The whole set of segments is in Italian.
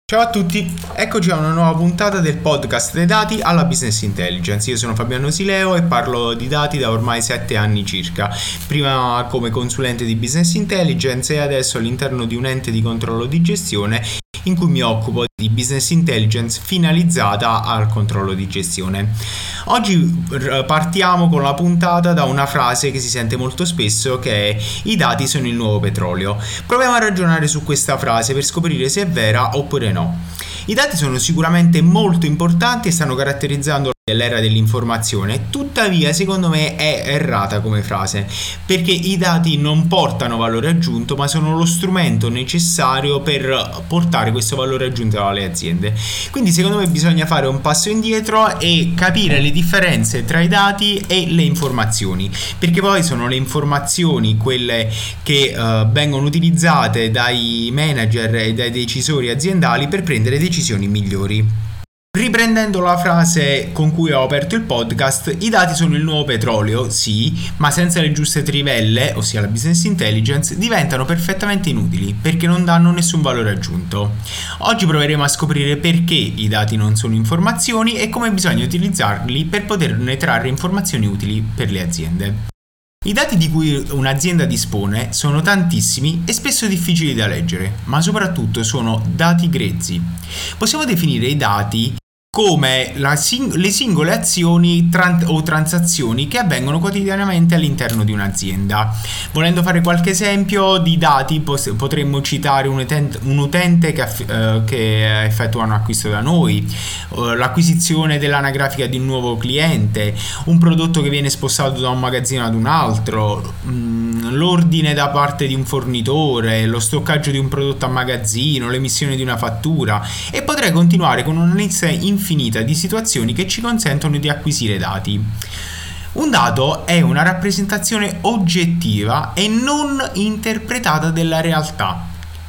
Ciao a tutti, eccoci a una nuova puntata del podcast dei dati alla Business Intelligence. Io sono Fabiano Sileo e parlo di dati da ormai 7 anni circa, prima come consulente di Business Intelligence e adesso all'interno di un ente di controllo di gestione in cui mi occupo di business intelligence finalizzata al controllo di gestione. Oggi partiamo con la puntata da una frase che si sente molto spesso, che è: i dati sono il nuovo petrolio. Proviamo a ragionare su questa frase per scoprire se è vera oppure no. I dati sono sicuramente molto importanti e stanno caratterizzando l'era dell'informazione, tuttavia secondo me è errata come frase, perché i dati non portano valore aggiunto ma sono lo strumento necessario per portare questo valore aggiunto alle aziende. Quindi secondo me bisogna fare un passo indietro e capire le differenze tra i dati e le informazioni, perché poi sono le informazioni quelle che vengono utilizzate dai manager e dai decisori aziendali per prendere decisioni migliori. Riprendendo la frase con cui ho aperto il podcast, i dati sono il nuovo petrolio, sì, ma senza le giuste trivelle, ossia la business intelligence, diventano perfettamente inutili perché non danno nessun valore aggiunto. Oggi proveremo a scoprire perché i dati non sono informazioni e come bisogna utilizzarli per poterne trarre informazioni utili per le aziende. I dati di cui un'azienda dispone sono tantissimi e spesso difficili da leggere, ma soprattutto sono dati grezzi. Possiamo definire i dati come le singole azioni o transazioni che avvengono quotidianamente all'interno di un'azienda. Volendo fare qualche esempio di dati, potremmo citare un utente che effettua un acquisto da noi, l'acquisizione dell'anagrafica di un nuovo cliente, un prodotto che viene spostato da un magazzino ad un altro, l'ordine da parte di un fornitore, lo stoccaggio di un prodotto a magazzino, l'emissione di una fattura, e potrei continuare con una lista infinita di situazioni che ci consentono di acquisire dati. Un dato è una rappresentazione oggettiva e non interpretata della realtà.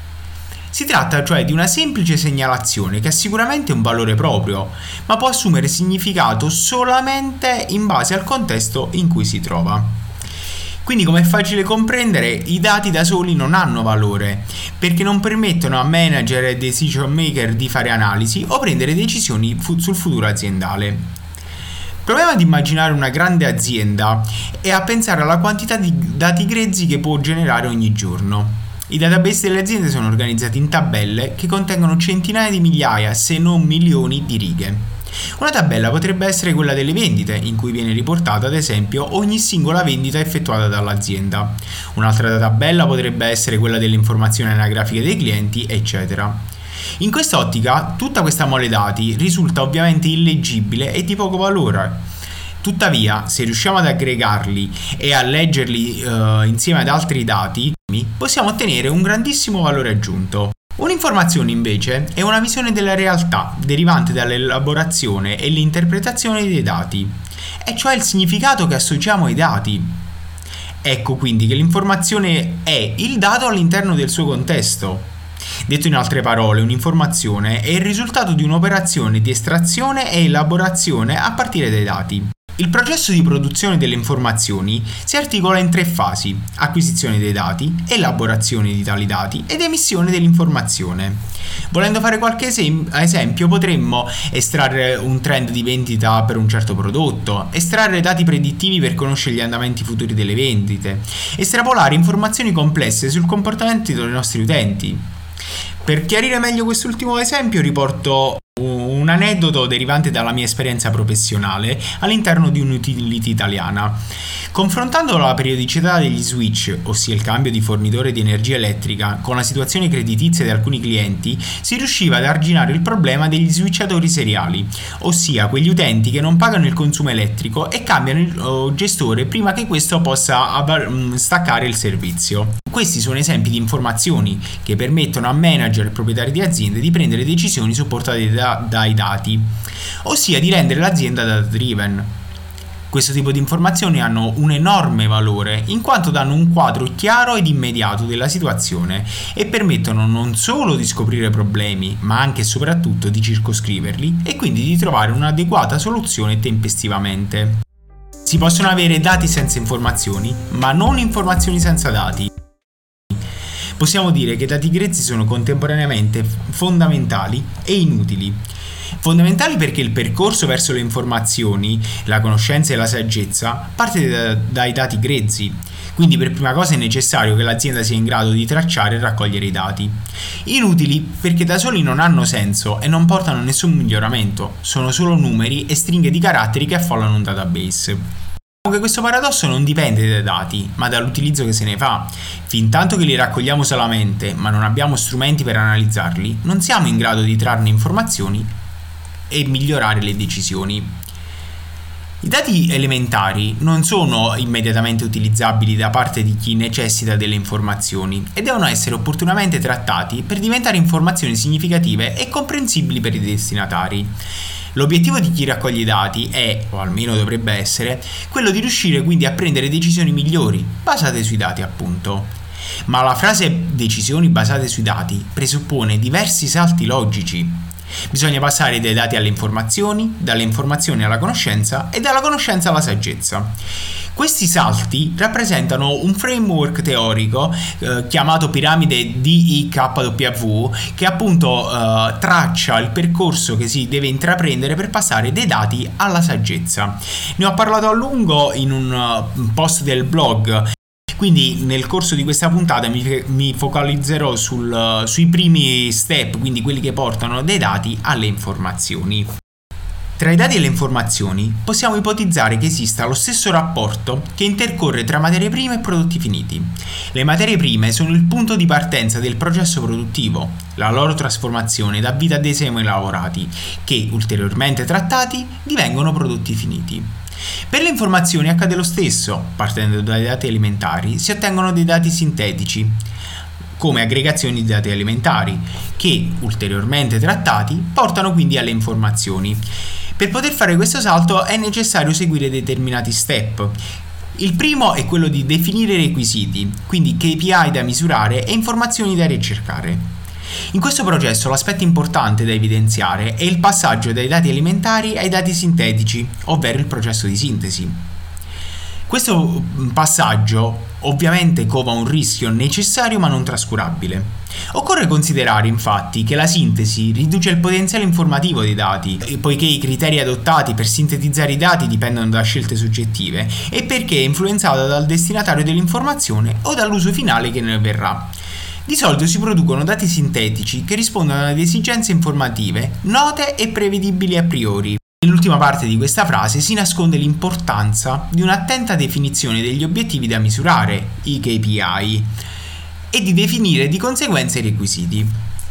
Si tratta cioè di una semplice segnalazione che ha sicuramente un valore proprio, ma può assumere significato solamente in base al contesto in cui si trova. Quindi, come è facile comprendere, i dati da soli non hanno valore, perché non permettono a manager e decision maker di fare analisi o prendere decisioni sul futuro aziendale. Proviamo ad immaginare una grande azienda e a pensare alla quantità di dati grezzi che può generare ogni giorno. I database delle aziende sono organizzati in tabelle che contengono centinaia di migliaia, se non milioni, di righe. Una tabella potrebbe essere quella delle vendite, in cui viene riportata ad esempio ogni singola vendita effettuata dall'azienda. Un'altra tabella potrebbe essere quella delle informazioni anagrafiche dei clienti, eccetera. In quest'ottica, tutta questa mole dati risulta ovviamente illeggibile e di poco valore. Tuttavia, se riusciamo ad aggregarli e a leggerli insieme ad altri dati, possiamo ottenere un grandissimo valore aggiunto. Un'informazione invece è una visione della realtà derivante dall'elaborazione e l'interpretazione dei dati, e cioè il significato che associamo ai dati. Ecco quindi che l'informazione è il dato all'interno del suo contesto. Detto in altre parole, un'informazione è il risultato di un'operazione di estrazione e elaborazione a partire dai dati. Il processo di produzione delle informazioni si articola in 3 fasi: acquisizione dei dati, elaborazione di tali dati ed emissione dell'informazione. Volendo fare qualche esempio, potremmo estrarre un trend di vendita per un certo prodotto, estrarre dati predittivi per conoscere gli andamenti futuri delle vendite, estrapolare informazioni complesse sul comportamento dei nostri utenti. Per chiarire meglio quest'ultimo esempio riporto un aneddoto derivante dalla mia esperienza professionale all'interno di un'utility italiana. Confrontando la periodicità degli switch, ossia il cambio di fornitore di energia elettrica, con la situazione creditizia di alcuni clienti, si riusciva ad arginare il problema degli switchatori seriali, ossia quegli utenti che non pagano il consumo elettrico e cambiano il gestore prima che questo possa staccare il servizio. Questi sono esempi di informazioni che permettono a manager e proprietari di aziende di prendere decisioni supportate dai dati, ossia di rendere l'azienda data driven. Questo tipo di informazioni hanno un enorme valore in quanto danno un quadro chiaro ed immediato della situazione e permettono non solo di scoprire problemi, ma anche e soprattutto di circoscriverli e quindi di trovare un'adeguata soluzione tempestivamente. Si possono avere dati senza informazioni, ma non informazioni senza dati. possiamo dire che i dati grezzi sono contemporaneamente fondamentali e inutili. Fondamentali perché il percorso verso le informazioni, la conoscenza e la saggezza parte dai dati grezzi. Quindi per prima cosa è necessario che l'azienda sia in grado di tracciare e raccogliere i dati. Inutili perché da soli non hanno senso e non portano nessun miglioramento, sono solo numeri e stringhe di caratteri che affollano un database. Diciamo che questo paradosso non dipende dai dati, ma dall'utilizzo che se ne fa. Fintanto che li raccogliamo solamente, ma non abbiamo strumenti per analizzarli, non siamo in grado di trarne informazioni e migliorare le decisioni. I dati elementari non sono immediatamente utilizzabili da parte di chi necessita delle informazioni e devono essere opportunamente trattati per diventare informazioni significative e comprensibili per i destinatari. L'obiettivo di chi raccoglie i dati è, o almeno dovrebbe essere, quello di riuscire quindi a prendere decisioni migliori, basate sui dati appunto. Ma la frase decisioni basate sui dati presuppone diversi salti logici. Bisogna passare dai dati alle informazioni, dalle informazioni alla conoscenza e dalla conoscenza alla saggezza. Questi salti rappresentano un framework teorico chiamato piramide DIKW che appunto traccia il percorso che si deve intraprendere per passare dai dati alla saggezza. Ne ho parlato a lungo in un post del blog. Quindi nel corso di questa puntata mi focalizzerò sui primi step, quindi quelli che portano dai dati alle informazioni. Tra i dati e le informazioni possiamo ipotizzare che esista lo stesso rapporto che intercorre tra materie prime e prodotti finiti. Le materie prime sono il punto di partenza del processo produttivo, la loro trasformazione dà vita a dei semi lavorati che, ulteriormente trattati, divengono prodotti finiti. Per le informazioni accade lo stesso, partendo dai dati alimentari si ottengono dei dati sintetici, come aggregazioni di dati alimentari, che, ulteriormente trattati, portano quindi alle informazioni. Per poter fare questo salto è necessario seguire determinati step. Il primo è quello di definire i requisiti, quindi KPI da misurare e informazioni da ricercare. In questo processo l'aspetto importante da evidenziare è il passaggio dai dati alimentari ai dati sintetici, ovvero il processo di sintesi. Questo passaggio ovviamente cova un rischio necessario ma non trascurabile. Occorre considerare infatti che la sintesi riduce il potenziale informativo dei dati, poiché i criteri adottati per sintetizzare i dati dipendono da scelte soggettive e perché è influenzata dal destinatario dell'informazione o dall'uso finale che ne verrà. Di solito si producono dati sintetici che rispondono ad esigenze informative note e prevedibili a priori. Nell'ultima parte di questa frase si nasconde l'importanza di un'attenta definizione degli obiettivi da misurare, i KPI, e di definire di conseguenza i requisiti.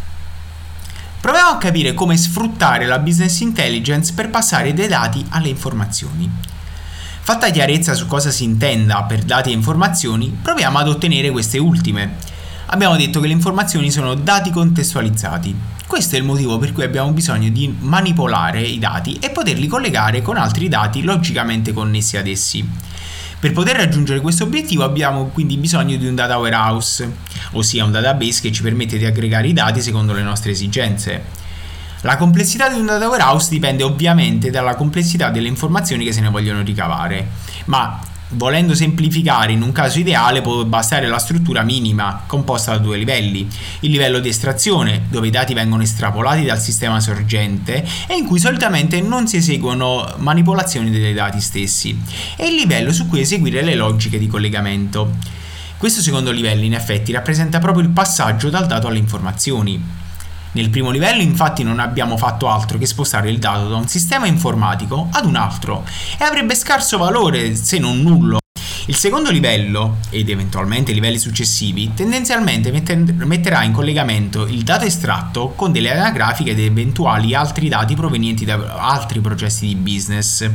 Proviamo a capire come sfruttare la business intelligence per passare dai dati alle informazioni. Fatta chiarezza su cosa si intenda per dati e informazioni, proviamo ad ottenere queste ultime. Abbiamo detto che le informazioni sono dati contestualizzati. Questo è il motivo per cui abbiamo bisogno di manipolare i dati e poterli collegare con altri dati logicamente connessi ad essi. Per poter raggiungere questo obiettivo abbiamo quindi bisogno di un data warehouse, ossia un database che ci permette di aggregare i dati secondo le nostre esigenze. La complessità di un data warehouse dipende ovviamente dalla complessità delle informazioni che se ne vogliono ricavare, ma volendo semplificare, in un caso ideale può bastare la struttura minima, composta da due livelli: il livello di estrazione, dove i dati vengono estrapolati dal sistema sorgente e in cui solitamente non si eseguono manipolazioni dei dati stessi, e il livello su cui eseguire le logiche di collegamento. Questo secondo livello in effetti rappresenta proprio il passaggio dal dato alle informazioni. Nel primo livello infatti non abbiamo fatto altro che spostare il dato da un sistema informatico ad un altro e avrebbe scarso valore se non nullo. Il secondo livello, ed eventualmente livelli successivi, tendenzialmente metterà in collegamento il dato estratto con delle anagrafiche ed eventuali altri dati provenienti da altri processi di business.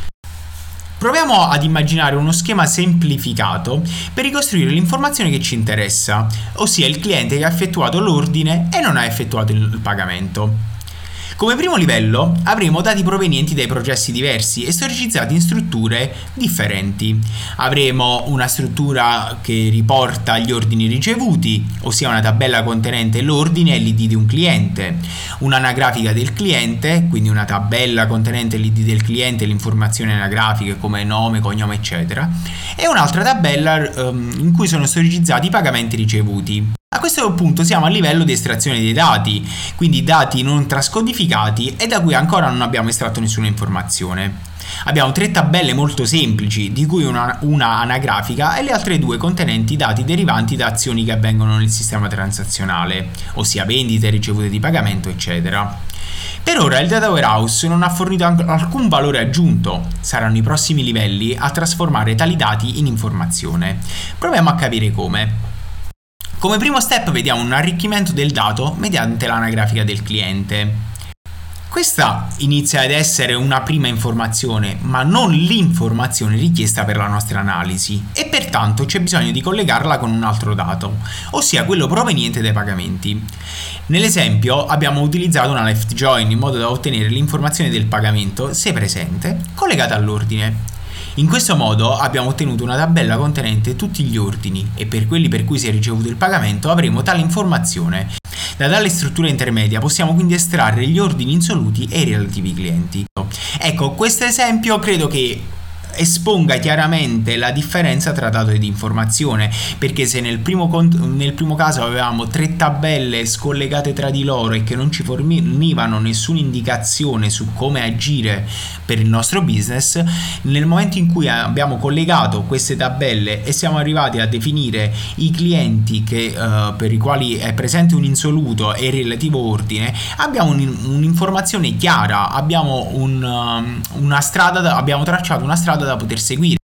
Proviamo ad immaginare uno schema semplificato per ricostruire l'informazione che ci interessa, ossia il cliente che ha effettuato l'ordine e non ha effettuato il pagamento. Come primo livello avremo dati provenienti dai processi diversi e storicizzati in strutture differenti. Avremo una struttura che riporta gli ordini ricevuti, ossia una tabella contenente l'ordine e l'ID di un cliente, un'anagrafica del cliente, quindi una tabella contenente l'ID del cliente e le informazioni anagrafiche come nome, cognome, eccetera, e un'altra tabella in cui sono storicizzati i pagamenti ricevuti. A questo punto siamo a livello di estrazione dei dati, quindi dati non trascodificati e da cui ancora non abbiamo estratto nessuna informazione. Abbiamo 3 tabelle molto semplici, di cui una anagrafica e le altre 2 contenenti dati derivanti da azioni che avvengono nel sistema transazionale, ossia vendite, ricevute di pagamento, eccetera. Per ora il data warehouse non ha fornito alcun valore aggiunto, saranno i prossimi livelli a trasformare tali dati in informazione. Proviamo a capire come. Come primo step vediamo un arricchimento del dato mediante l'anagrafica del cliente. Questa inizia ad essere una prima informazione, ma non l'informazione richiesta per la nostra analisi, e pertanto c'è bisogno di collegarla con un altro dato, ossia quello proveniente dai pagamenti. Nell'esempio abbiamo utilizzato una left join in modo da ottenere l'informazione del pagamento, se presente, collegata all'ordine. In questo modo abbiamo ottenuto una tabella contenente tutti gli ordini e per quelli per cui si è ricevuto il pagamento avremo tale informazione. Da tale struttura intermedia possiamo quindi estrarre gli ordini insoluti e i relativi clienti. Ecco, questo esempio credo che esponga chiaramente la differenza tra dato ed informazione, perché se nel primo caso avevamo 3 tabelle scollegate tra di loro e che non ci fornivano nessuna indicazione su come agire per il nostro business, nel momento in cui abbiamo collegato queste tabelle e siamo arrivati a definire i clienti per i quali è presente un insoluto e il relativo ordine, abbiamo un'informazione chiara, abbiamo abbiamo tracciato una strada da poter seguire.